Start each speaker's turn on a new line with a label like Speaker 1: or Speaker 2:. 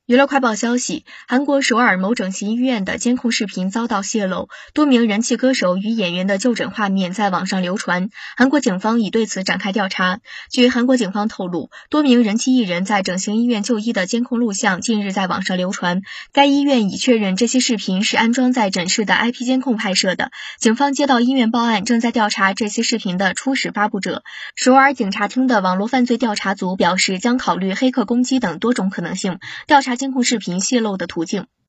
Speaker 1: 娱乐快报消息，韩国首尔某整形医院的监控视频遭到泄露，多名人气歌手与演员的就诊画面在网上流传。韩国警方已对此展开调查。据韩国警方透露，多名人气艺人在整形医院就医的监控录像近日在网上流传。该医院已确认这些视频是安装在诊室的 IP 监控拍摄的。警方接到医院报案，正在调查这些视频的初始发布者。首尔警察厅的网络犯罪调查组表示，将考虑黑客攻击等多种可能性，调查监控视频泄露的途径。